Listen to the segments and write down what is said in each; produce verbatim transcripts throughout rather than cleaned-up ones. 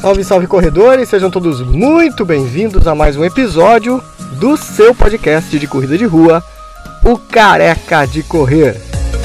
Salve, salve corredores, sejam todos muito bem-vindos a mais um episódio do seu podcast de corrida de rua, o Careca de Correr.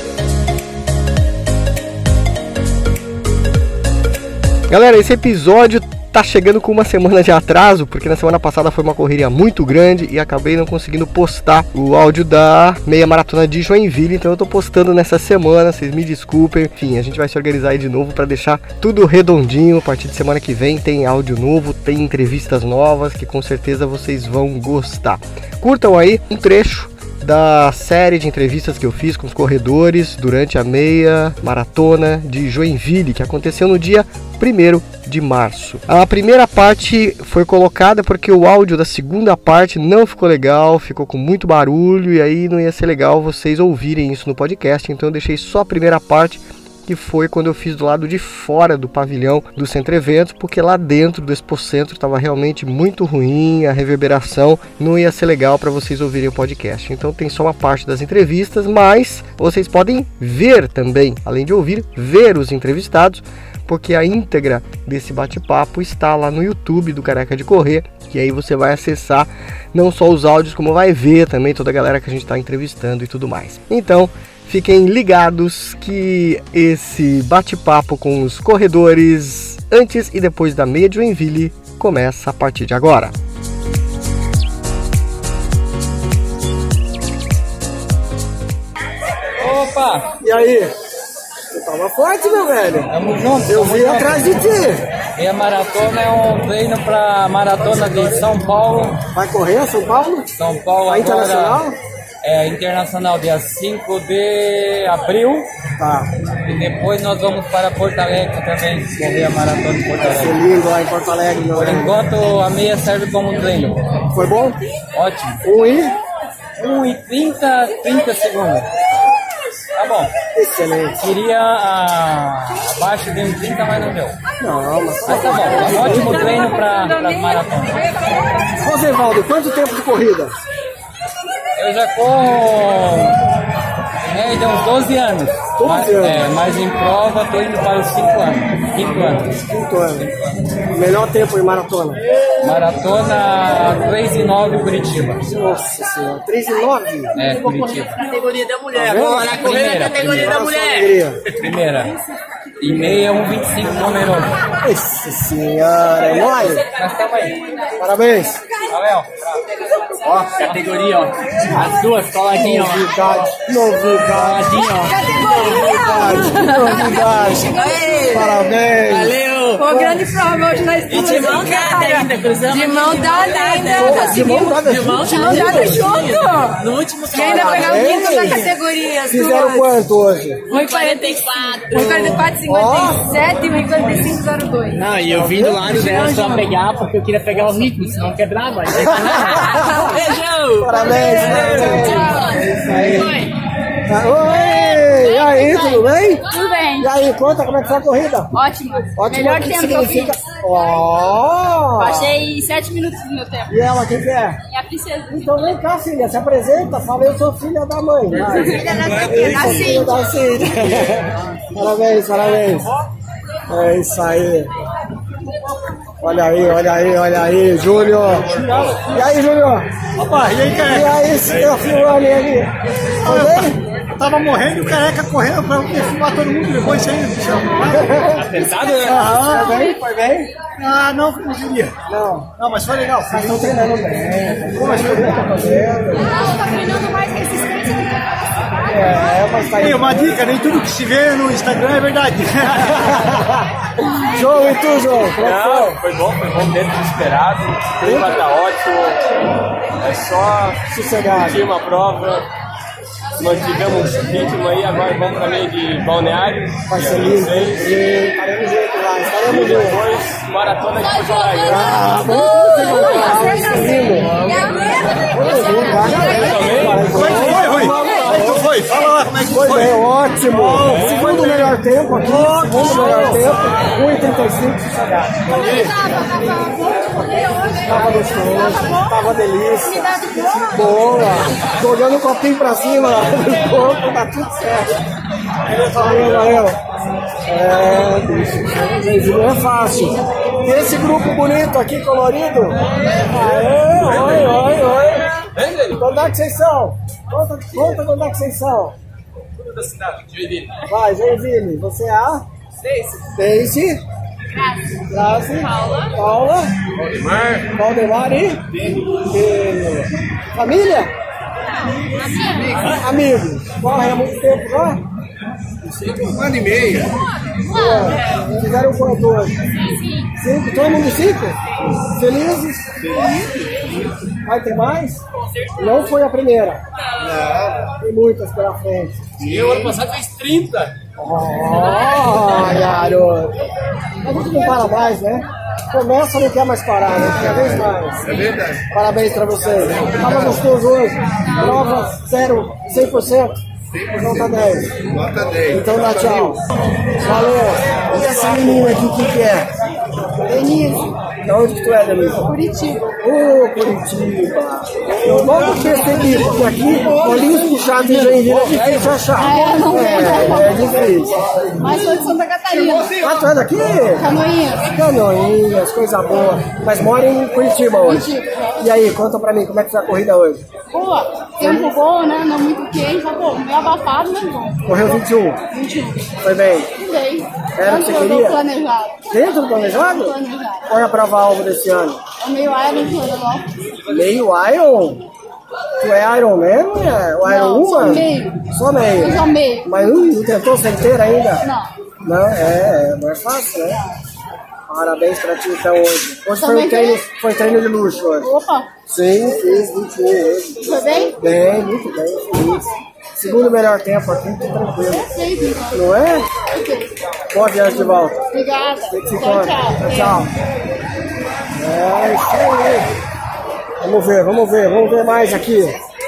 Galera, esse episódio tá chegando com uma semana de atraso, porque na semana passada foi uma correria muito grande e acabei não conseguindo postar o áudio da meia maratona de Joinville, então eu tô postando nessa semana, vocês me desculpem. Enfim, a gente vai se organizar aí de novo para deixar tudo redondinho. A partir de semana que vem tem áudio novo, tem entrevistas novas que com certeza vocês vão gostar. Curtam aí um trecho da série de entrevistas que eu fiz com os corredores durante a meia maratona de Joinville, que aconteceu no dia primeiro de março. A primeira parte foi colocada porque o áudio da segunda parte não ficou legal, ficou com muito barulho e aí não ia ser legal vocês ouvirem isso no podcast, então eu deixei só a primeira parte, que foi quando eu fiz do lado de fora do pavilhão do Centro Eventos, porque lá dentro do Expocentro estava realmente muito ruim, a reverberação não ia ser legal para vocês ouvirem o podcast. Então tem só uma parte das entrevistas, mas vocês podem ver também, além de ouvir, ver os entrevistados, porque a íntegra desse bate-papo está lá no YouTube do Careca de Correr, que aí você vai acessar não só os áudios, como vai ver também toda a galera que a gente está entrevistando e tudo mais. Então, fiquem ligados que esse bate-papo com os corredores antes e depois da meia de Joinville começa a partir de agora. Opa! E aí? Você tava forte, meu velho? Tamo junto. Eu vim atrás de ti. Meia maratona é um treino pra maratona de São Paulo. Vai correr São Paulo? São Paulo A agora. internacional? É internacional, dia cinco de abril. Tá. E depois nós vamos para Porto Alegre também, correr a maratona de Porto Vai ser Alegre. lindo lá em Porto Alegre, meu Por velho. enquanto a meia serve como treino. Foi bom? Ótimo. Um e? um e trinta, trinta segundos. Tá bom. Excelente. Queria a... abaixo de um trinta, mas não deu. Não, mas Mas tá bom, é um ótimo treino para as maratonas. Rosevaldo, quanto tempo de corrida? Eu já corro é, de uns doze anos. doze mas, anos. É, mas em prova estou indo para os cinco anos. quinto ano. Quinto ano. Melhor tempo em maratona? Maratona três e nove Curitiba. Nossa senhora, três e nove? É, Curitiba. Categoria da mulher, Tá agora a correr Primeira, na categoria primeira. da mulher. Primeira. E meia, um vinte e cinco numeroso. Nossa senhora, é nóis. Nós estamos aí. Parabéns. Valeu. Ó, categoria, ó. As duas coladinhas, ó. Novidade, novidade, Coladinha, ó. novidade, novidade. Parabéns. Valeu. Pô, grande prova hoje na E de mão dada ainda, cruzamos. De mão dada ainda. De mão dada De mão De mão dada junto. No último E ainda colado. pegar o quinto da Parabéns. categoria. as Fizeram duas. quanto hoje? um e quarenta e quatro. um e quarenta e quatro, cinquenta e sete e um e quarenta e cinco, zero dois. Não, e eu vim do lado dela só pegar, porque eu queria pegar o ritmo, senão quebrava. Beijão! Parabéns, parabéns. É isso aí. Ah, oi, e aí, tudo bem? Tudo bem. E aí, conta como é que foi a corrida? Ótimo. Ótimo, Melhor o que tempo que eu fiz. significa? Ó! Achei sete minutos do meu tempo. E ela, quem que é? E a princesa. Então vem cá, filha, se apresenta, fala, eu sou filha da mãe. Vai. Filha da Eu sou filha da Cíntia. Parabéns, parabéns. É isso aí. Olha aí, olha aí, olha aí, Júnior. E aí, Júnior? Opa, e aí, E careca? aí, esse teu filmando ali? Tudo bem? Eu tava morrendo e o careca correndo pra eu filmar todo mundo depois isso aí, bicho. Pesado, né? Aham, foi bem? Foi bem? Ah, não, não queria. Não. Não, mas foi legal. Mas estão treinando bem. Como é que tá fazendo? Não, tá treinando mais resistência do que É, mas tá Tem aí. uma dica, nem tudo que se vê no Instagram é verdade. João, e tu, João? Como é que foi? Não, foi bom, foi bom dentro do esperado. O clima tá ótimo. É só Sossegado. curtir uma prova. Nós tivemos ritmo aí, agora vamos para meio de balneário. Vai dia ser vinte e lindo. seis. E estaremos juntos lá, E estaremos juntos. depois maratona de Porto Alegre. Ah, vamos lá, vai ser lindo. Vamos junto, vai. Como é que foi, Rui? Como é que foi? Fala lá como é que Foi foi. bem, ótimo. Segundo melhor tempo aqui, segundo melhor tempo, um e trinta e cinco sossegado. Tava gostoso, tava delícia. Boa. Jogando o copinho pra cima do corpo, tá tudo certo. Valeu, valeu. É, bicho, não é fácil. E esse grupo bonito aqui, colorido? Aê, oi, oi, oi. Quando é que vocês são? Conta, conta quando é que vocês são. Da cidade, Joinville. Vai, Joinville. Você é a? Stacy. Stacy. Grazi. Grazi. Paula. Paula. Valdemar. Valdemar e? Filho. Família? Amigos. Amigos. Corre há muito tempo já? Um ano e meio. É. Fizeram quanto hoje? Sim. Cinco? Todo mundo cinco? Felizes? Vai ter mais? Não foi a primeira. Não. Tem muitas pela frente. E o ano passado fez trinta. Oh, garoto. A gente não para mais, né? Começa, não quer mais parar, né? Cada vez mais. É verdade. Parabéns pra vocês. Tava gostoso hoje. Prova zero, cem por cento. Nota dez. Nota dez. Então dá tchau. Valeu. E essa menina aqui, o que, que é? Denise. De onde que tu é, Denise? Curitiba. Ô, Curitiba. Eu logo percebi, porque aqui, olhinhos puxados em Joinville é difícil achar. É, não É, é difícil. Mas sou de Santa Catarina. Ah, tu é daqui? Canoinhas. Canoinhas, coisa boa. Mas mora em Curitiba hoje. Curitiba. E aí, conta pra mim, como é que foi a corrida hoje? Boa. Tempo bom, né? Não muito quente, tá bom. Meio abafado, mas bom. Correu vinte e um. vinte e um. Foi bem. Sei. Era o que você Eu tô queria? planejado. Dentro do planejado? Planejado. Qual é a prova-alvo desse ano? É meio Iron de Florianópolis. Meio Iron? Tu é Iron Man? É? O Iron Não, só Woman? meio. Só meio. Eu só meio. Mas não, não tentou ser inteira ainda? Não. Não, é, não é fácil, né? Parabéns pra ti então hoje. Hoje foi, Também um treino, fez? foi treino de luxo hoje. Opa. Sim, fiz vinte e um hoje. Foi bem? Bem, muito bem, feliz. Segundo melhor tempo aqui, tô tranquilo. Seis, então. Não é? Ok. Boa viagem de volta. Obrigada. Se Tchau, cuida. tchau. Tchau. É isso aí. Vamos ver, vamos ver, vamos ver mais aqui.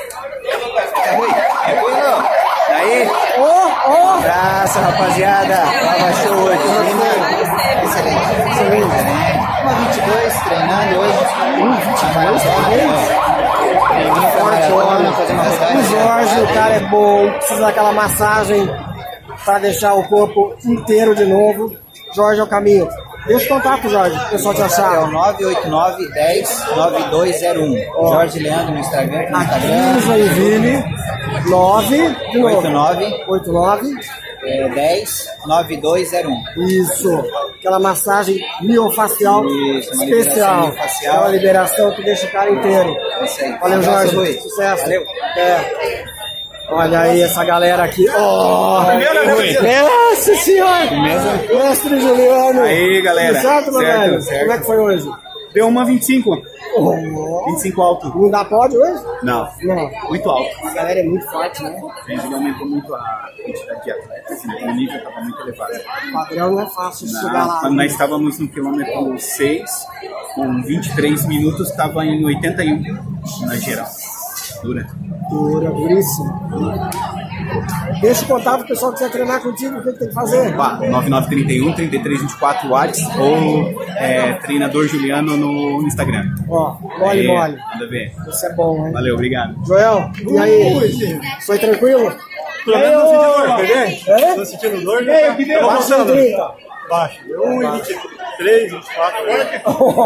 Aí, Ó, ó. abraço, rapaziada. Tava show hoje. Excelente. Excelente. Uma vinte e dois, treinando hoje. vinte e dois, Treinando pra maratona, fazer uma rodada. O Jorge, o cara é bom, precisa daquela massagem para deixar o corpo inteiro de novo. Jorge é o caminho. Deixa o contato, Jorge, o pessoal te É achar. o nove oito nove, dez, nove dois zero um. Jorge Leandro no Instagram. No Aqui Instagram. em Joinville, nove, de novo. oito nove, oito nove. é, dez, nove dois zero um. Isso, aquela massagem miofacial Isso, uma especial. liberação miofacial. É uma liberação que deixa o cara inteiro. Isso aí. Valeu, Abraço, Jorge. Rui. Sucesso. Valeu. É. Olha aí essa galera aqui. Oh, Nossa senhora! Mestre Juliano. Aí, galera. Tudo certo, meu Certo, velho? certo. Como é que foi hoje? Deu uma vinte e cinco. Oh, vinte e cinco alto. não dá pódio hoje? Não, Não. muito alto. A galera é muito forte, né? A gente aumentou muito a quantidade de atletas, né? O nível estava muito elevado. O padrão não é fácil de chegar lá. Quando nós estávamos no quilômetro seis, com vinte e três minutos, estava em oitenta e um na geral. Dura. Dura, duríssimo. Deixa o contato pro pessoal que quiser treinar contigo, o que, que tem que fazer? Pá, nove nove três um, três três vinte e quatro watts ou é, treinador Juliano no Instagram. Ó, mole, Aí, mole. Manda ver. Isso é bom, hein? Valeu, obrigado. Joel, e aí? Foi tranquilo? Pelo menos não senti dor, bebê? É? Tô sentindo dor, né? Eu vou Baixo de trinta. Baixo. um e vinte e três, vinte e quatro. Agora que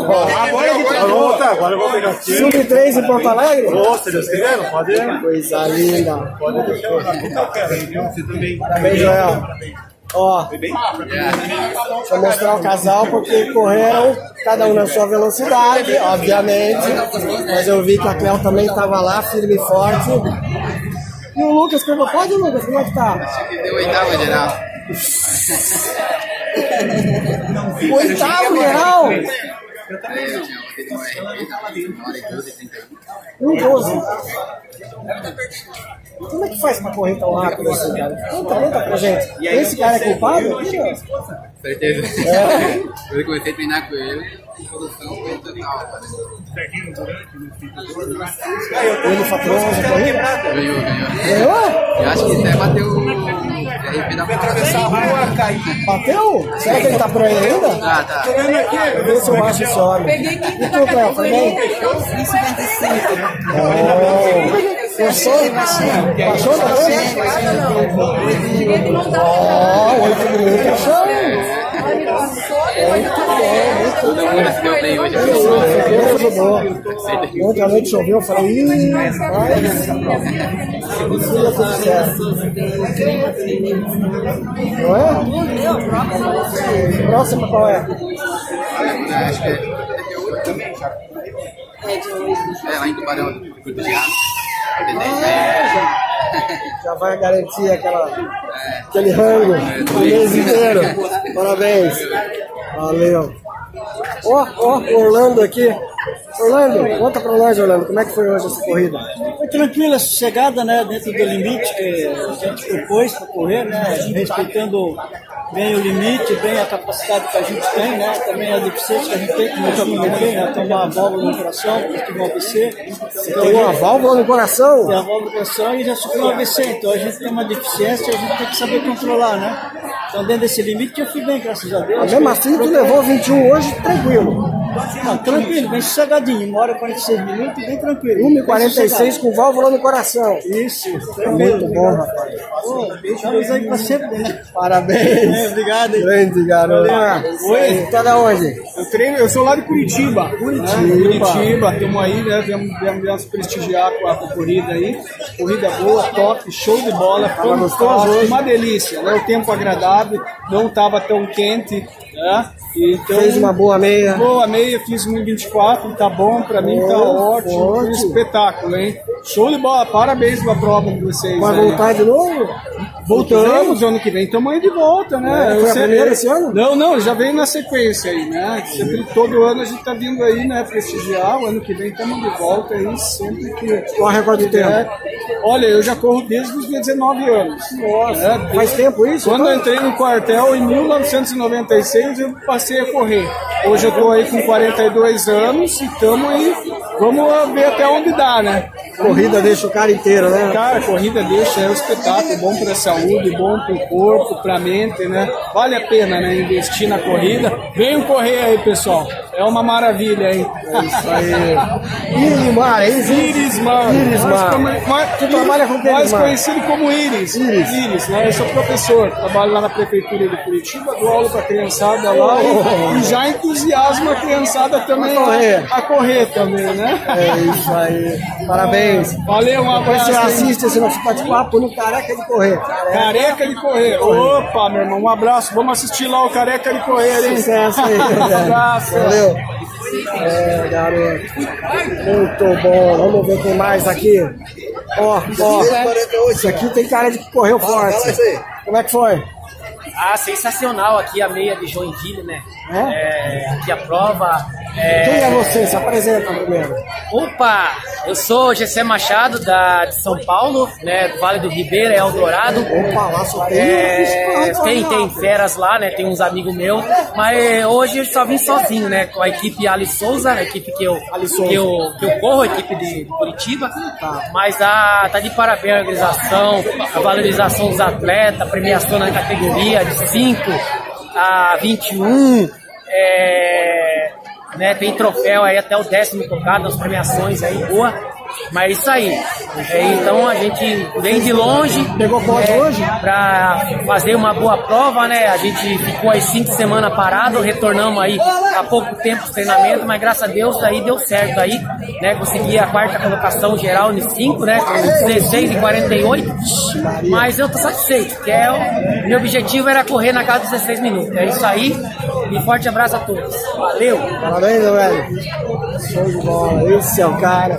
eu vou voltar, agora eu vou pegar aqui. Sub três em Porto Alegre? Ô, se Deus quiser, não pode ir. Coisa linda. Pode deixar eu dar muita fé, viu? Você também. Parabéns, Joel. Ó, deixa eu mostrar o casal, porque correram, cada um na sua velocidade, obviamente. Mas eu vi que a Cléo também estava lá, firme e forte. E o Lucas, como pode, Lucas? Como é que tá? Acho que deu oitavo geral. Oitavo geral? Eu também não tinha feito uma R P, tava ali, uma hora e doze, trinta e um. Um doze. Como é que faz pra correr tão rápido assim, cara? Conta, conta pra gente. Esse cara é culpado? Certeza. É. Quando eu comecei a treinar com ele, a produção foi total. Ele faturou onze corridas? Ganhou, ganhou. Ganhou? Eu acho que até bateu o R P da prova. Bateu? Será que ele tá por aí ainda? Ah, tá. Vê se eu acho esse homem. E tu, Cléo, foi bem? cinquenta e cinco. Oh. Gostou? Baixou também? Cheguei de montar. Ó, oito minutos é show. Todo mundo se deu bem hoje. Ontem à noite choveu, eu falei, ih, rapaz, tudo certo. Não é? Próxima qual é? Acho que é também já. É, lá em Tubarão, Curto de Água. Já vai garantir aquela, aquele rango o mês inteiro. Parabéns. Valeu. Ó, ó, Orlando aqui. Orlando, conta pra nós, Orlando, como é que foi hoje essa corrida? Foi tranquila, sossegada, né? Dentro do limite que a gente propôs para correr, né? Respeitando bem o limite, bem a capacidade que a gente tem, né? Também a deficiência que a gente tem, como eu já comentei, né? Tem uma válvula no coração, tem um A V C. Você tem uma válvula no coração? Tem a válvula no coração e já sofreu um A V C, então a gente tem uma deficiência e a gente tem que saber controlar, né? Então dentro desse limite eu fui bem, graças a Deus. Mesmo assim, tu levou vinte e um hoje tranquilo. Não, tranquilo, bem sossegadinho, uma hora e quarenta e seis minutos, bem tranquilo. uma e quarenta e seis com válvula no coração. Isso, muito bom, rapaz. Estamos aí pra sempre, né? Parabéns. É, obrigado. Hein? Grande garoto. Oi, tá da onde? Eu treino, eu sou lá de Curitiba. Curitiba. Né? Curitiba, estamos aí, né? Viemos, viemos prestigiar com a corrida aí. Corrida boa, top, show de bola. Foi gostoso, uma delícia, né? O tempo agradável, não estava tão quente. Né? Então, fez uma boa meia. Boa meia, fiz um vinte e quatro, tá bom, pra mim tá ótimo, ótimo. Um espetáculo, hein? Show de bola, parabéns pela prova de vocês. Vai aí. Voltar de novo? Voltamos, ano que vem estamos aí de volta, né? É, foi a primeira esse ano? Não, não, já veio na sequência aí, né? Sempre, todo ano a gente tá vindo aí, né, prestigiar, o ano que vem estamos de volta aí, sempre que... Qual a recorde do tempo? É, olha, eu já corro desde os dezenove anos. Nossa, é, faz desde, tempo isso? Quando então? Eu entrei no quartel, em mil novecentos e noventa e seis, eu passei a correr. Hoje eu tô aí com quarenta e dois anos e estamos aí, vamos ver até onde dá, né? Corrida deixa o cara inteiro, né? Cara, corrida deixa, é um espetáculo, bom para a saúde, bom para o corpo, para a mente, né? Vale a pena, né, investir na corrida. Venham correr aí, pessoal. É uma maravilha, hein? É isso aí. Irismar, é isso? Irismar. Irismar. Tu trabalha com mais conhecido como Iris. Iris. Iris, né? Eu sou professor, trabalho lá na prefeitura de Curitiba, dou aula para a criançada lá oh. e já entusiasmo a criançada também a correr, a correr também, né? É isso aí. Parabéns. Valeu, um abraço. Você assiste esse nosso bate-papo no Careca de Correr. Careca de Correr. Opa, meu irmão, um abraço. Vamos assistir lá o Careca de Correr, hein? Sucesso aí. Um abraço. Valeu. É, garoto. Muito bom. Vamos ver quem mais aqui. Ó, ó. Esse aqui tem cara de que correu forte. Como é que foi? Ah, sensacional aqui a meia de Joinville, né? É? É, aqui a prova. É... Quem é você? Se apresenta primeiro. Opa, eu sou Gessé Machado, da, de São Paulo, né? Do Vale do Ribeira, Eldorado. Opa, lá só tem. É, tem, tem feras lá, né? Tem uns amigos meus. Mas hoje eu só vim sozinho, né? Com a equipe Ali Souza, a equipe que eu, que eu, que eu corro, a equipe de, de Curitiba. Tá. Mas tá, tá de parabéns a organização, a valorização dos atletas, a premiação na categoria de cinco a vinte e um. É, né, tem troféu aí até o décimo tocado, as premiações aí, boa. Mas é isso aí. É, então a gente vem de longe. Pegou pódio é, hoje? Pra fazer uma boa prova, né? A gente ficou aí cinco semanas parado, retornamos aí há pouco tempo de treinamento, mas graças a Deus aí deu certo aí, né? Consegui a quarta colocação geral no cinco, né? Com dezesseis e quarenta e oito. Mas eu tô satisfeito, porque é o meu objetivo era correr na casa dos dezesseis minutos. É isso aí. E forte abraço a todos. Valeu! Parabéns, meu velho. Show de bola. Esse é o cara.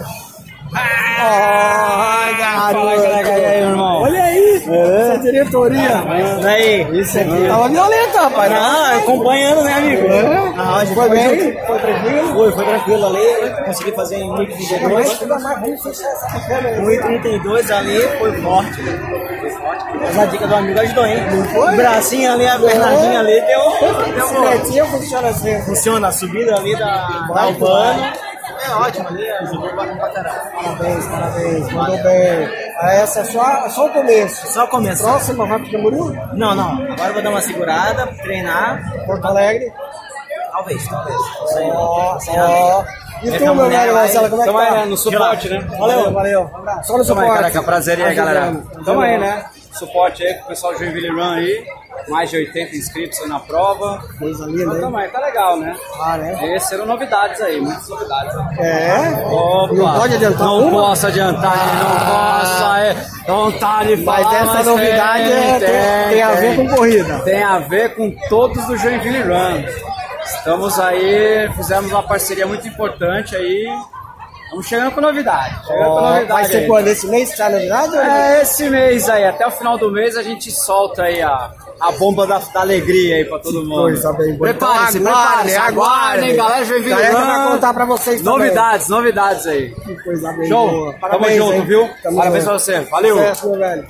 Ai, garoto! Aí, irmão. Olha aí! É. Essa diretoria! Aí, isso aqui tava violento, rapaz! Não, acompanhando, né, amigo? É. Ah, a gente foi bem? Foi, foi tranquilo? Foi, foi tranquilo ali. Consegui fazer em um e trinta e dois. um e trinta e dois ali foi forte. Foi forte. Mas a dica do amigo ajudou, hein? O bracinho ali, a pernazinha ali, deu. Esse netinho funciona assim. Funciona, a subida ali da Urbano. É ótimo ali, ajudou pra caramba. Parabéns, parabéns, mandou bem. Essa é só, só o começo. Só o começo. Próxima vai pro Camboriú? Não, não. Agora eu vou dar uma segurada, treinar. Porto Alegre? Talvez, talvez. Ó, ó. E tu, meu velho Marcelo, como é que tá? Tamo aí, no suporte, né? Valeu, valeu. Só no suporte. Caraca, prazer aí, galera. Tamo aí, né? Suporte aí com o pessoal do Joinville Run aí. mais de oitenta inscritos aí na prova. Coisa linda, então, mas tá legal, né? Ah, né? Essas eram novidades aí, muitas novidades. É? Opa. Não pode adiantar Não uma? posso adiantar, ah. não posso, é. Não tá de falar, mas essa mas novidade tem, é, tem, tem, tem a ver com corrida. Tem a ver com todos do Joinville Run. Estamos aí, fizemos uma parceria muito importante aí. Estamos chegando com novidade. Chegando oh, com novidade vai ser aí. quando? Esse mês que sai novidade? É, esse mês aí. Até o final do mês a gente solta aí a, a bomba da, da alegria aí pra todo mundo. Coisa bem boa. Preparem-se, então, preparem-se. Aguardem, galera. Já Galera que vai contar pra vocês também. Novidades, novidades aí. Que coisa bem Show. boa. Parabéns, Tamo junto, hein? Viu? Tamo Parabéns junto. Pra você. Valeu. Sucesso, meu velho.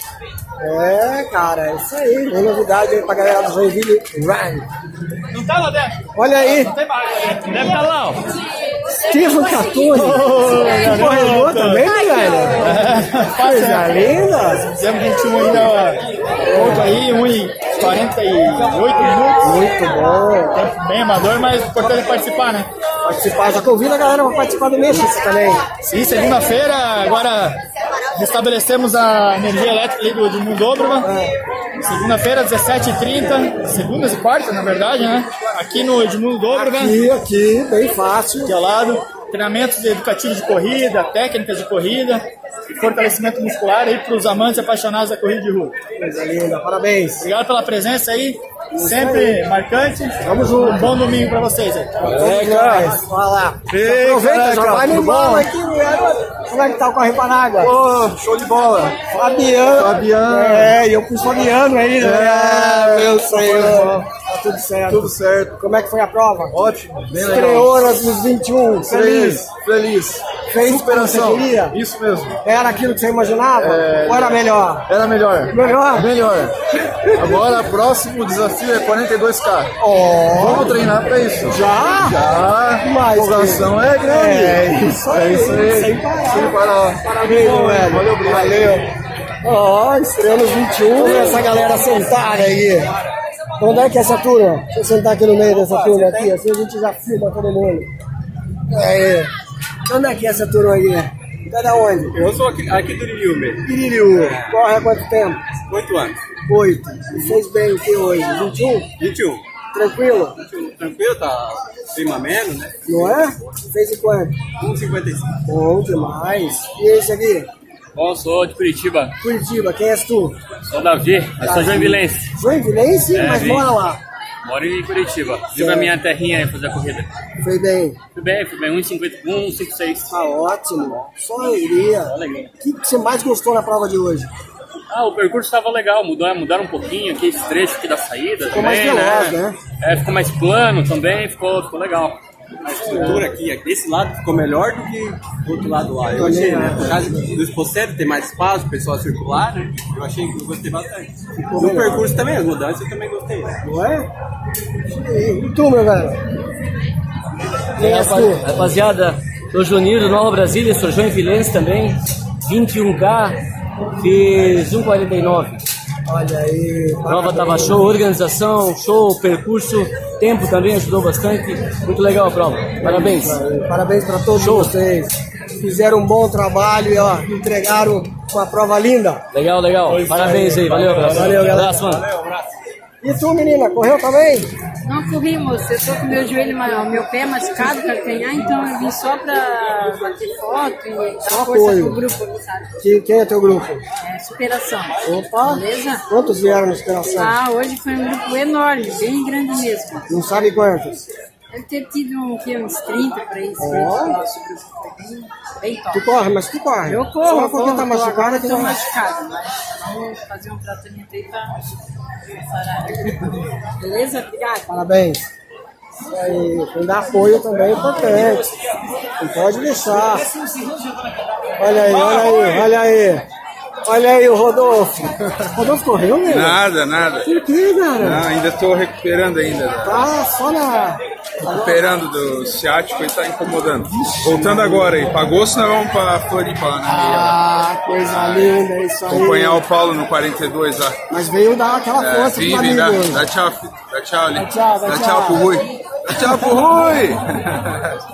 É, cara, é isso aí. Tem novidade aí pra galera do Joinville Run. Não tá lá dentro? Olha aí. Não tem mais lá dentro. Deve estar lá, ó. Stephen Catone. Oh, corredor também, né, velho? Coisa linda. Fizemos vinte e um ainda, ó. aí, um e quarenta e oito minutos. Muito bom. Tempo bem amador, mas importante participar, né? Participar. Já convido a galera para participar do México também. Sim, segunda-feira, agora restabelecemos a energia elétrica ali do Edmundo Dobrova. É. Segunda-feira, dezessete e trinta, segundas e quartas, na verdade, né? Aqui no Edmundo Dobrova. Aqui, aqui, bem fácil. Aqui ao lado. Treinamentos educativos de corrida, técnicas de corrida e fortalecimento muscular aí para os amantes e apaixonados da corrida de rua. Coisa linda, parabéns. Obrigado pela presença aí, sempre aí. Marcante. Vamos junto. Um bom domingo para vocês aí. É, cara. Vai lá. Ei, aproveita, caraca, já vai no embalo aqui, mulher. Como é que tá o Corre Panágua? Pô, show de bola. Fabiano. Fabiano. É, e eu pus Fabiano aí, né? É, meu senhor. Tá tudo certo. Tudo certo. Como é que foi a prova? Ótimo, bem legal. Estreou nos vinte e um, feliz. Feliz. Fez superação. Você queria? Isso mesmo. Era aquilo que você imaginava? É... Ou era melhor? Era melhor. Melhor? Melhor. Agora, próximo desafio é quarenta e dois K. Oh. Vamos treinar pra isso. Já? Já. Mas a empolgação que... é grande. É isso aí. É isso aí. Sem parar. Sem parar. Parabéns, meu velho. Valeu, obrigado. Valeu. Ó, oh, estreou nos vinte e um, essa galera sentada aí. Onde é que é essa turma? Deixa eu sentar aqui no meio dessa turma aqui, assim a gente já filma todo mundo. Aí. Onde é que é essa turma aí? Tá da onde? Eu sou aqui, aqui do Iririú mesmo. Iririú. Corre há quanto tempo? Oito anos. Oito. E fez bem o que hoje? vinte e um? vinte e um. Tranquilo? vinte e um. Tranquilo, tá clima menos, né? Não é? Fez em quanto? um e cinquenta e cinco. Bom demais. E esse aqui? Bom, sou de Curitiba. Curitiba, quem és tu? Sou Davi, eu sou joinvilense. Joinvilense? É, mas vim. mora lá. Moro em Curitiba. Vim pra minha terrinha aí fazer a corrida. Foi bem? Fui bem, fui bem. um e cinquenta e um, um e cinquenta e seis. Tá ótimo. Só alegria. Só alegria. O que, que você mais gostou na prova de hoje? Ah, o percurso estava legal, mudou, mudaram um pouquinho aqui esse trecho aqui da saída. Ficou também, mais veloz, né? né? É, ficou mais plano também, ficou, ficou legal. A estrutura aqui, desse lado ficou melhor do que do outro lado lá. Eu achei, né? Por causa do esposeiro, tem mais espaço, o pessoal circular, né? Eu achei que eu gostei bastante. Ficou do melhor. Percurso também, as mudanças eu também gostei. Não é? E tu, meu velho? Quem é tu? Rapaziada, sou Junir do Nova Brasília, sou joinvilense também, vinte e um K, fiz um e quarenta e nove. Olha aí. A prova tava show, organização, show, percurso, tempo também ajudou bastante. Muito legal a prova. Parabéns. Parabéns para todos show. Vocês. Fizeram um bom trabalho e ó, entregaram uma prova linda. Legal, legal. Pois Parabéns aí. aí. Valeu, abraço. Valeu, galera. Abraço, mano. Valeu, abraço. E tu, menina, correu também? Não corri, moço. Eu tô com meu joelho, meu pé machucado, calcanhar, então eu vim só pra bater foto e dar só força apoio. pro grupo, sabe? Que, quem é teu grupo? É, Superação. Opa! Beleza? Quantos vieram no Superação? Ah, hoje foi um grupo enorme, bem grande mesmo. Não sabe quantos? Deve ter tido um, que, uns trinta por aí. Oh. Nosso grupo foi bem, bem top. Tu corre, mas tu corre? Eu corro, só porque corro, tá machucado. Agora que tô não... machucado, mas vamos fazer um tratamento aí pra parar. Beleza? Obrigado. Parabéns. Isso aí, quem dá apoio também é importante. Não pode deixar. Olha aí, olha aí, olha aí. Olha aí o Rodolfo. Rodolfo correu, né? Nada, nada. Por que, cara? Não, ainda estou recuperando ainda. Tá só na... Recuperando do ciático e tá incomodando. Voltando agora aí. Pra agosto nós vamos pra Floripa, né? Ah, coisa linda, isso aí. Acompanhar o Paulo no quarenta e dois lá. Mas veio dar aquela é, força vim, pro vim, amigo. dá, dá tchau, filho. Dá tchau ali. Dá tchau, dá, dá tchau. tchau pro Rui. Dá tchau pro Rui.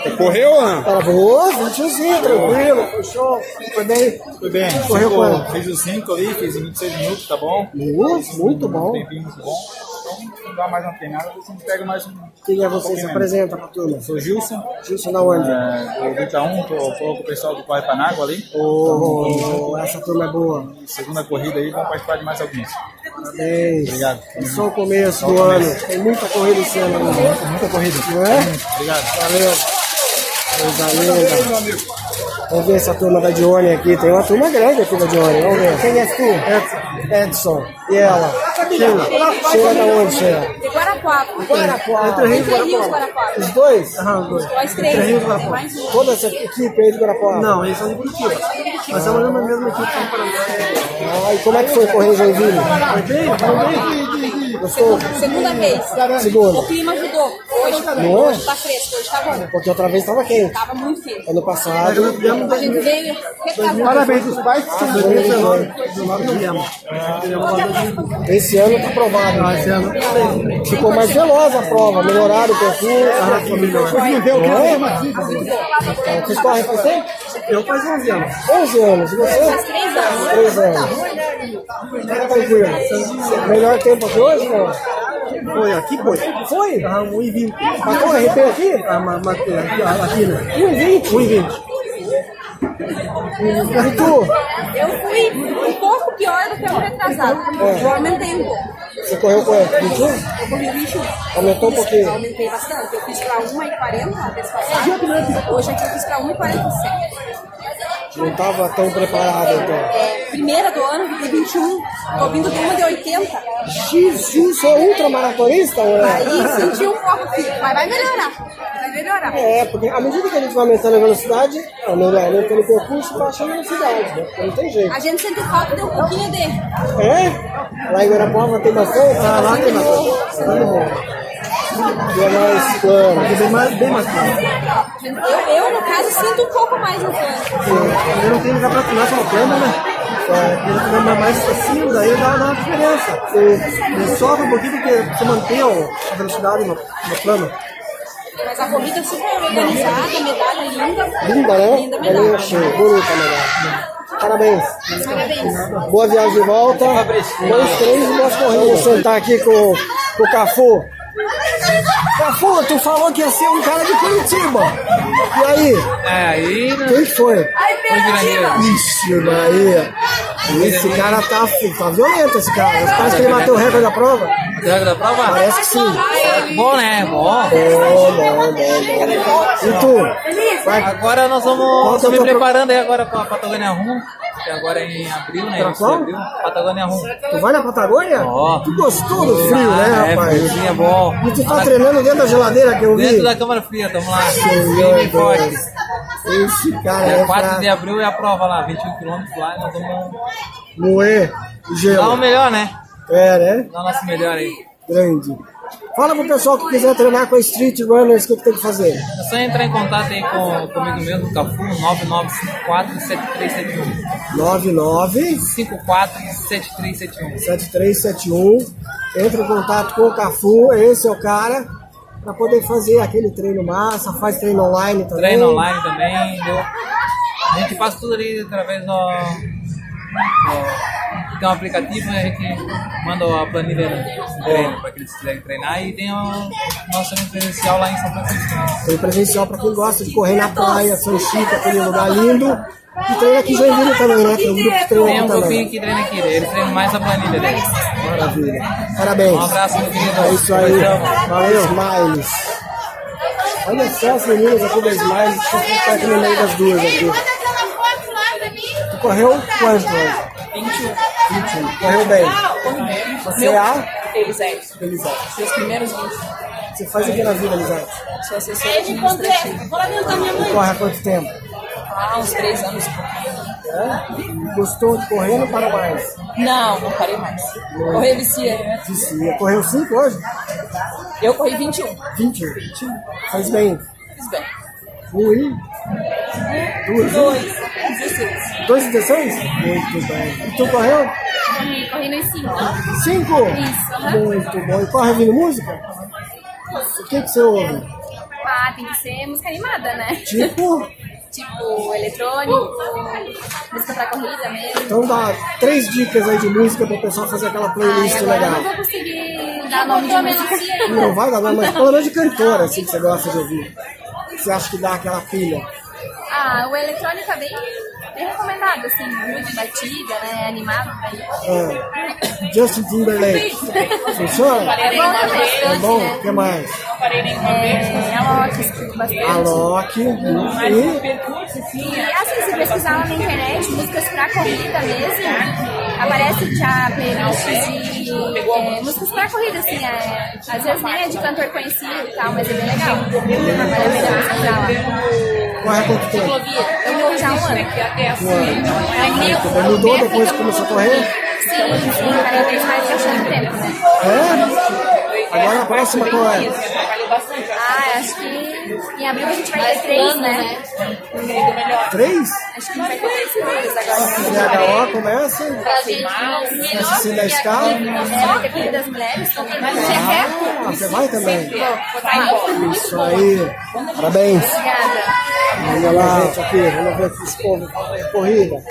Correu ou não? Tava boa, vinte e um, tranquilo, foi show. Foi bem? Foi bem. Correu Cinco, quanto? fiz os cinco ali, fiz vinte e seis minutos, tá bom? Muito, muito bom. Um tempinho muito bom. Então, não dá mais uma treinada, a gente pega mais um. Quem é você? Se apresenta pra turma. Sou Gilson. Gilson da onde? É, do vinte a um, tô, tô com o pessoal do Corre Panágua ali. Oh, essa turma é boa. Segunda corrida aí, vamos participar de mais alguns. Parabéns. Obrigado. É só o começo Só do o começo. ano. Tem muita corrida esse ano. Muita, muita corrida. Não é? Obrigado. Valeu. Coisa linda. Vamos ver essa turma da Dione aqui. Tem uma turma grande aqui da Dione. Vamos ver. Quem é tu? Edson. E ela? Sheila. Sheila da onde, Sheila? De Guarapuava. Guarapuava. Entre Rios e Guarapuava. Os dois? Aham, os dois. Nós três. Entre Rios e Guarapuava. Toda essa equipe aí de Guarapuava? Não, eles são de Curitiba. Nós estamos na mesma equipe que estamos Ah, e como é que foi correr em Joinville? Foi bem, foi bem. Gostou? Segunda vez. Segunda. O clima ajudou. Hoje, Não é? hoje tá fresco, hoje tá bom. Porque outra vez estava quente. Tava muito quente. Ano passado. A gente veio. Parabéns dos pais que dois mil e dezenove. Esse ano está aprovado. Ah, esse ano. Ficou mais veloz a prova, melhoraram o percurso. Ah, ficou melhor. Vocês correm faz tempo? Eu faz onze anos. onze anos. E você? Faz três anos. três anos. Tá tranquilo. Melhor tempo aqui hoje, não? Foi, aqui foi. Foi? Ah, um e vinte. Matou o R P aqui? Ah, matei. Aqui, né? um e vinte? um e vinte. E tu? Eu fui um pouco pior do que eu retrasado. É. Eu aumentei um pouco. Você correu quanto? vinte e um? Eu corri vinte e um. Aumentou um pouquinho? Eu aumentei bastante. Eu fiz pra uma e quarenta a vez passada. Hoje aqui eu fiz pra uma e quarenta e sete. Não estava tão preparado, então. É, primeira do ano, fiquei vinte e um. Tô vindo de uma de oitenta. Jesus, sou ultramaratonista, ué. Aí senti um pouco aqui, mas vai melhorar. Vai melhorar. É, porque à medida que a gente vai aumentando a velocidade, aumentando o percurso, baixa a velocidade, né? Porque não tem jeito. A gente sente falta de um pouquinho de... É? Lá em Guarapuava tem bastante? Ah, lá tem bastante. Tá bom. E é mais plano. Aqui bem mais, bem mais plano. Eu, eu, no caso, sinto um pouco mais no plano. Eu não tenho lugar pra treinar só no plano, né? É, ele treina mais assim, daí dá, dá uma diferença. Ele sofre um pouquinho porque você mantém a velocidade no, no plano. Mas a corrida é super organizada, medalha linda. Linda, né? Linda medalha. medalha. Show, bonita a medalha. Parabéns. Parabéns. Boa viagem de volta. Dois, três e boas corridas. Vamos sentar aqui com, com o Cafu. Cafu, tu falou que ia ser um cara de Curitiba. E aí? É, aí... Né? Quem foi? Foi Viraneiro. Ixi, Maria. Esse cara tá, tá violento, esse cara. Parece que ele bateu o recorde da prova. O recorde da prova? Parece que sim. Bom, né? Bom. Bom, bom, bom, bom. E tu? Vai. Agora nós vamos Qual estamos que é o me teu preparando aí agora com a Patagônia Rum. Que agora é em abril, né? Pra Início de qual? abril. Patagônia Rum. Tu vai na Patagônia? Ó. Tu gostou do frio, né, É, rapaz? friozinho é bom. E tu tá treinando dentro da geladeira que eu vi? Dentro da câmara fria, tamo lá. Senhor Firme e forte. Deus. Esse cara É, é quatro fraco. de abril é a prova lá, vinte e um quilômetros lá, e nós vamos Moer o gelo. dar o melhor, né? É, né? Dar o nosso melhor aí. Grande. Fala pro pessoal que quiser treinar com a Street Runners, o que, que tem que fazer? É só entrar em contato aí com, comigo mesmo, Cafu, nove nove cinco quatro sete três sete um. nove nove cinco quatro sete três sete um. sete três sete um. Entra em contato com o Cafu, esse é o cara, para poder fazer aquele treino massa, faz treino online também. Treino online também, deu. A gente faz tudo ali através do, do tem um aplicativo, né, a gente manda a planilha de treino para que eles quiserem treinar, e tem o nosso treino presencial lá em São Francisco. Né? Tem presencial para quem gosta de correr na praia, São Chico, aquele lugar lindo. E treina aqui em Joinville também, né? Tem um grupo que treina Tem um aqui também. grupinho que treina aqui, eles treinam mais a planilha deles. Maravilha. Parabéns. Um abraço, meu querido. É isso aí. Valeu, Smiles. Olha só as meninas aqui da Smiles, deixa eu ficar aqui no meio das duas aqui. Tu correu quanto hoje? vinte e um. vinte e um. Correu bem. Você é a? Elisete. Elisete. Seus primeiros vinte. Você faz o que na vida, Elisete? Sou assessora administrativa. Corre há quanto tempo? Há uns três anos. É? Gostou de correr ou não para mais? Não, não parei mais. Correr vicia. Vicia. Correu cinco hoje? Eu corri vinte e um. vinte e um. Faz bem. Fiz bem. Um e? Duas? Dois. dezesseis. Dois e dezesseis? Muito bem. E tu correu? Sim, corri nos cinco. Cinco? Isso, aham. Muito bom. E corre ouvindo música? O que que você ouve? Ah, tem que ser música animada, né? Tipo? Tipo, eletrônico, música pra corrida mesmo. Então dá três dicas aí de música pro pessoal fazer aquela playlist Ai, agora legal. eu não vou conseguir dar nome de música. Não vai dar nome, mas pelo menos de cantora, assim, que você gosta de ouvir. Você acha que dá aquela pilha? Ah, o eletrônico é bem, bem recomendado, assim, muito batida, né? Animado. Bem. Ah, Justin Timberlake. Funciona? É bom também. É bom? O que mais? É, a Loki, escuto bastante. A Loki. E... E assim, se pesquisar lá na internet, músicas pra corrida mesmo, aparece já playlists de é, músicas pra corrida, assim, é, às vezes nem é de cantor conhecido e tal, mas é bem legal. Vale a pena pesquisar lá. Corre quanto tempo? Eu corro já há um ano. Um ano. Mudou depois que começou a correr? Sim, sim, cada vez mais achando tempo, né? É? Agora a próxima qual é? Ah, acho que em abril a gente vai ter três, né? Três? Acho que a gente vai ter três corridas agora. C H O começa? S C dez K? É, vai ter corrida das mulheres também. Mas você quer? Ah, você vai também? Vou. Isso aí. Parabéns. Obrigada. Vamos lá, gente, aqui. Vamos ver esse povo. Corrida.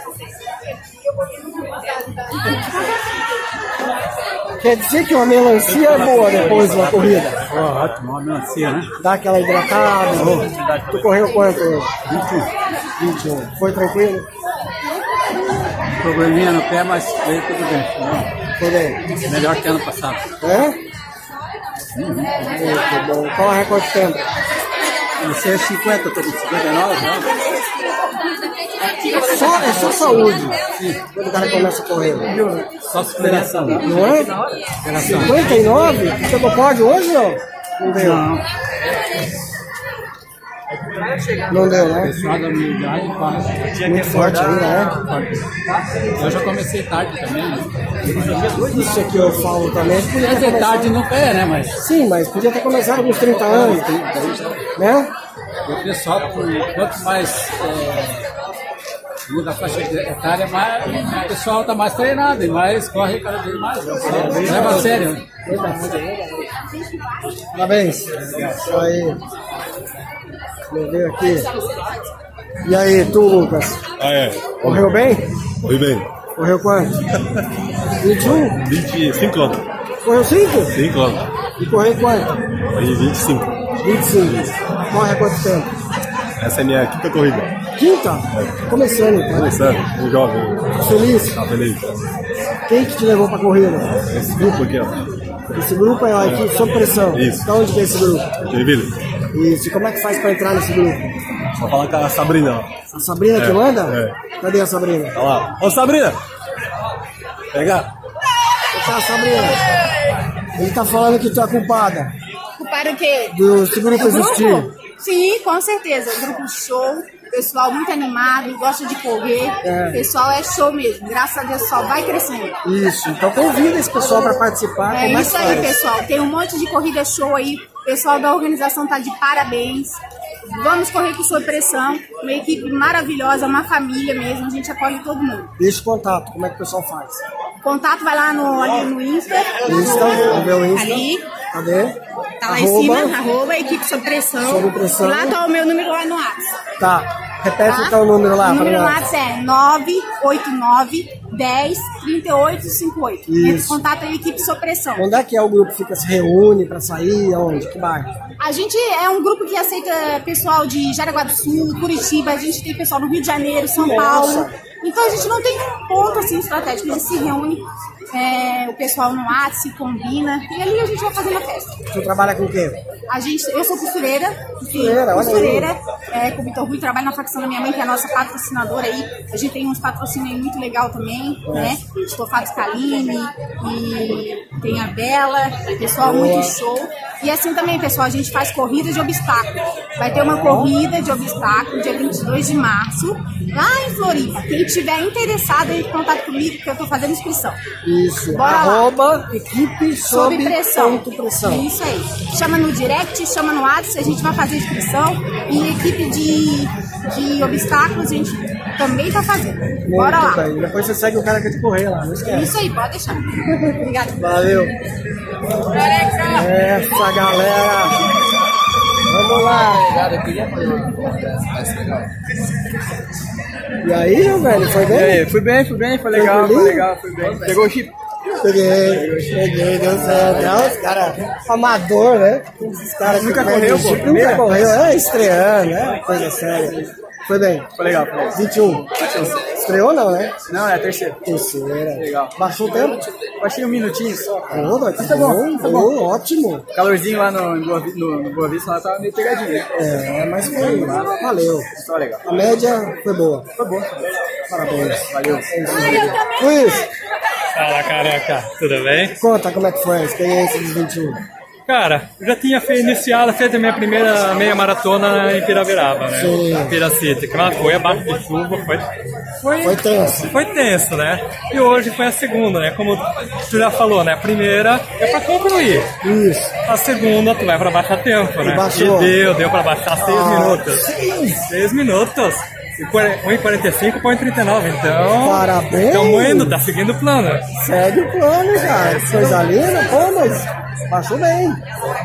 Quer dizer que uma melancia é boa depois da corrida? Ótimo, uma melancia, né? Dá aquela hidratada. Tu correu quanto hoje? vinte e um. vinte e um. Foi tranquilo? Probleminha no pé, mas veio tudo bem. Né? Tudo bem. Melhor que ano passado. É? Uhum. Muito bom. Qual é quanto tempo? Você é cinquenta, eu tô com cinquenta e nove, né? Só, é só saúde. Sim. Quando o cara começa a correr. Só superação. Não é? cinquenta e nove? Você não pode hoje, não? Não deu. Não. Não deu, né? O pessoal da minha idade faz. Muito forte ainda, né? Eu já comecei tarde também, né? Isso aqui eu falo também. Quer dizer, tarde no pé, né? Mas... Sim, mas podia ter começado com uns trinta anos. Né? O pessoal, quanto mais é, muda a faixa etária, mais o pessoal está mais treinado e mais corre cada vez mais. Leva a sério. Né? Parabéns. Isso aí. Vamos ver aqui. E aí, tu, Lucas? Ah, é. Correu bem? Correu bem. Correu quanto? vinte e um? vinte e cinco anos. Correu cinco? cinco anos. E correu quanto? Corri vinte e cinco. vinte e cinco. Corre há quanto tempo? Essa é a minha quinta corrida. Quinta? É. Começando, então. Começando, um jovem. Tá feliz? Tá feliz. Quem que te levou pra corrida? Esse grupo aqui, ó. Esse grupo é a É. equipe sob pressão. Isso. Da onde que é esse grupo? Joinville. Isso. E como é que faz pra entrar nesse grupo? Só falar com a Sabrina, ó. A Sabrina É. que manda? É. Cadê a Sabrina? Olha lá. Ô, Sabrina! Pega. Tá, Sabrina. Ele tá falando que tu é culpada Culpado o quê? do esse grupo Do existir. grupo? Sim, com certeza. Grupo show, pessoal muito animado, gosta de correr. É. Pessoal é show mesmo. Graças a Deus só vai crescendo. Isso. Então convida esse pessoal pra participar. É Como isso que aí, faz? pessoal. Tem um monte de corrida show aí. O pessoal da organização tá de parabéns. Vamos correr com sob pressão. Uma equipe maravilhosa, uma família mesmo. A gente acolhe todo mundo. Deixa o contato. Como é que o pessoal faz? Contato vai lá no, ali no Insta. Insta, vamos ver o Insta. Ali. Cadê? Tá lá Arroba. em cima, arroba, equipe sob pressão. Sob pressão. E lá tá o meu número lá no WhatsApp. Tá. Repete Tá? então o número lá. O número pra no nós. WhatsApp é nove oito nove, dez, trinta e oito, cinquenta e oito. Isso. Entre em contato aí, equipe sob pressão. Onde é que é o grupo? Fica, se reúne pra sair? Aonde? Que bairro? A gente é um grupo que aceita pessoal de Jaraguá do Sul, Curitiba, a gente tem pessoal do Rio de Janeiro, São Nossa. Paulo. Então a gente não tem um ponto assim estratégico, a gente se reúne, é, o pessoal no WhatsApp se combina e ali a gente vai fazendo a festa. Tu trabalha com o quê? A gente, eu sou costureira, Costureira, olha costureira, é, com o Vitor Rui, trabalho na facção da minha mãe, que é a nossa patrocinadora aí. A gente tem uns patrocínios aí muito legal também, né? Estofados Caline, e tem a Bela, pessoal Boa. muito show. E assim também, pessoal, a gente faz corrida de obstáculo. Vai ter uma corrida de obstáculo dia vinte e dois de março, lá em Floripa. Quem tiver interessado, entre em contato comigo, que eu tô fazendo inscrição. Isso. Bora lá. Arroba equipe sob, Sob pressão. ponto pressão. Isso aí. Chama no direct, chama no WhatsApp, a gente vai fazer inscrição. E equipe de, de obstáculos a gente também tá fazendo. Bora Muito lá. bem. Depois você segue o cara que é de correr lá, não esquece. Isso aí, pode deixar. Obrigada. Valeu. Essa galera. Vamos Vamos lá. Eu queria fazer uma dessa, mais legal. E aí, meu velho, foi bem? E aí, fui bem, fui bem, foi legal, foi legal, fui bem. Pegou o chip? Peguei, peguei, deu certo. Não, os caras amador, né? Os caras Nunca correu, pô? Nunca correu, é estreando, é coisa séria. Foi bem? Foi legal, foi legal. vinte e um. Estreou não, né? Não, é a terceira. Terceira. Legal. Baixou o tempo? Baixei um minutinho só. Pô, mas tá bom, tá bom. Ótimo. Calorzinho lá no, no, Boa, no, no Boa Vista lá tava meio pegadinho, né? É, mas foi, valeu. Só legal. A média foi boa. Foi boa. Parabéns. Valeu. Luiz. Fala, careca. Tudo bem? Conta como é que foi a experiência dos vinte e um. Cara, eu já tinha fe- iniciado, feito a minha primeira meia maratona em Piraveraba, né? Sim. Piracita, que ela foi abaixo de chuva, foi, foi... Foi tenso. Foi tenso, né? E hoje foi a segunda, né? Como tu já falou, né? A primeira é pra concluir. Isso. A segunda tu vai pra baixar tempo, né? E baixou. E deu, deu pra baixar seis Ah, minutos. seis? Seis minutos. um e quarenta e cinco para um e trinta e nove, então... Parabéns. Estamos indo, tá seguindo o plano. Segue o plano, cara. Coisa linda, pô, mas baixou bem.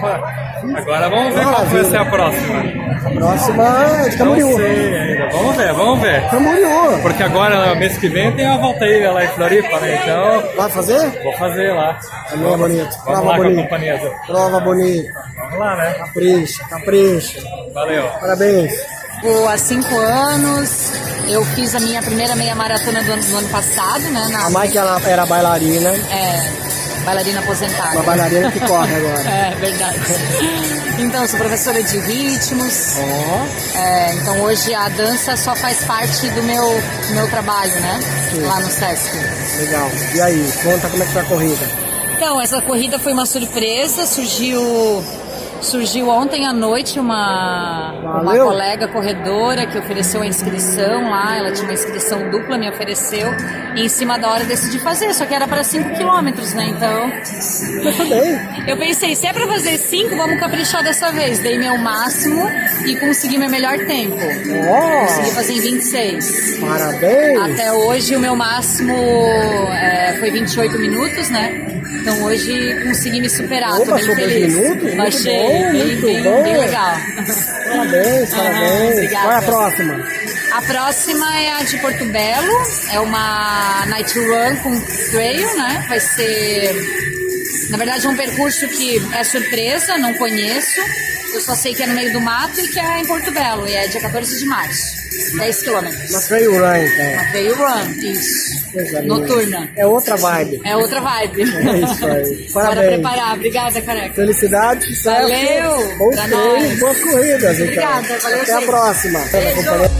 Agora vamos ver qual vai ser a próxima. A próxima é de Camboriú. Não sei ainda, vamos ver, vamos ver. Camboriú. Porque agora, mês que vem, tem uma volta aí lá em Floripa, né? Então... Vai fazer? Vou fazer lá. Também é bonito. Vamos Prova lá com a bonita. companhia. Prova bonita. Vamos lá, né? Capricha, capricha. Valeu. Parabéns. Tipo, há cinco anos, eu fiz a minha primeira meia maratona do ano, do ano passado, né? Na, A Mike ela era bailarina. É, bailarina aposentada. Uma bailarina que corre agora. É, verdade. Então, eu sou professora de ritmos. Oh. É, então, hoje a dança só faz parte do meu, meu trabalho, né? Sim. Lá no Sesc. Legal. E aí, conta como é que foi a corrida. Então, essa corrida foi uma surpresa, surgiu... Surgiu ontem à noite uma, uma colega corredora que ofereceu a inscrição lá, ela tinha uma inscrição dupla, me ofereceu, e em cima da hora eu decidi fazer, só que era para cinco quilômetros, né, então... Eu pensei, se é para fazer cinco, vamos caprichar dessa vez. Dei meu máximo e consegui meu melhor tempo. Oh. Consegui fazer em vinte e seis. Parabéns! Até hoje o meu máximo é, foi vinte e oito minutos, né? Então hoje consegui me superar, tô bem feliz. Minutos? Baixei, Muito bom, bem, muito bem, bom. bem legal. Parabéns, Uhum, parabéns. obrigada. Qual é a próxima? A próxima é a de Porto Belo, é uma night run com trail, né? Vai ser, na verdade, é um percurso que é surpresa, não conheço. Eu só sei que é no meio do mato e que é em Porto Belo, e é dia quatorze de março. dez quilômetros. Uma trail run, então. Uma trail run, isso. Noturna. É outra vibe. É outra vibe. É isso aí. Bora Parabéns. preparar. Obrigada, careca. Felicidade, sucesso. Valeu. Bons Pra treinos, nós. boas corridas. Então. Obrigada, valeu, Até a gente. próxima. Beijo.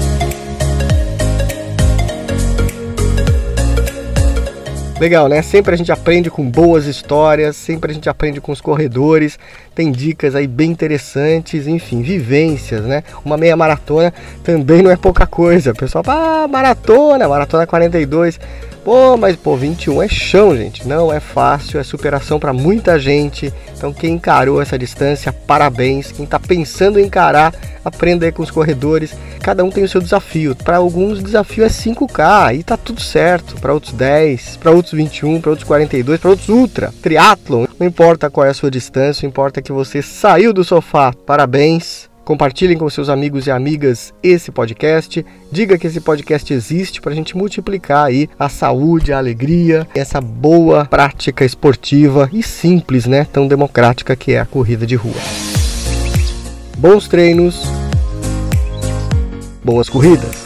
Legal, né? Sempre a gente aprende com boas histórias, sempre a gente aprende com os corredores, tem dicas aí bem interessantes, enfim, vivências, né? Uma meia maratona também não é pouca coisa. O pessoal fala, ah, maratona, maratona quarenta e dois. Pô, mas pô, vinte e um é chão, gente. Não é fácil, é superação para muita gente. Então quem encarou essa distância, parabéns. Quem tá pensando em encarar, aprenda aí com os corredores. Cada um tem o seu desafio. Para alguns o desafio é cinco K e tá tudo certo. Para outros dez, para outros vinte e um, para outros quarenta e dois, para outros ultra, triatlon. Não importa qual é a sua distância, importa que você saiu do sofá. Parabéns. Compartilhem com seus amigos e amigas esse podcast. Diga que esse podcast existe para a gente multiplicar aí a saúde, a alegria, essa boa prática esportiva e simples, né? Tão democrática que é a corrida de rua. Bons treinos, boas corridas.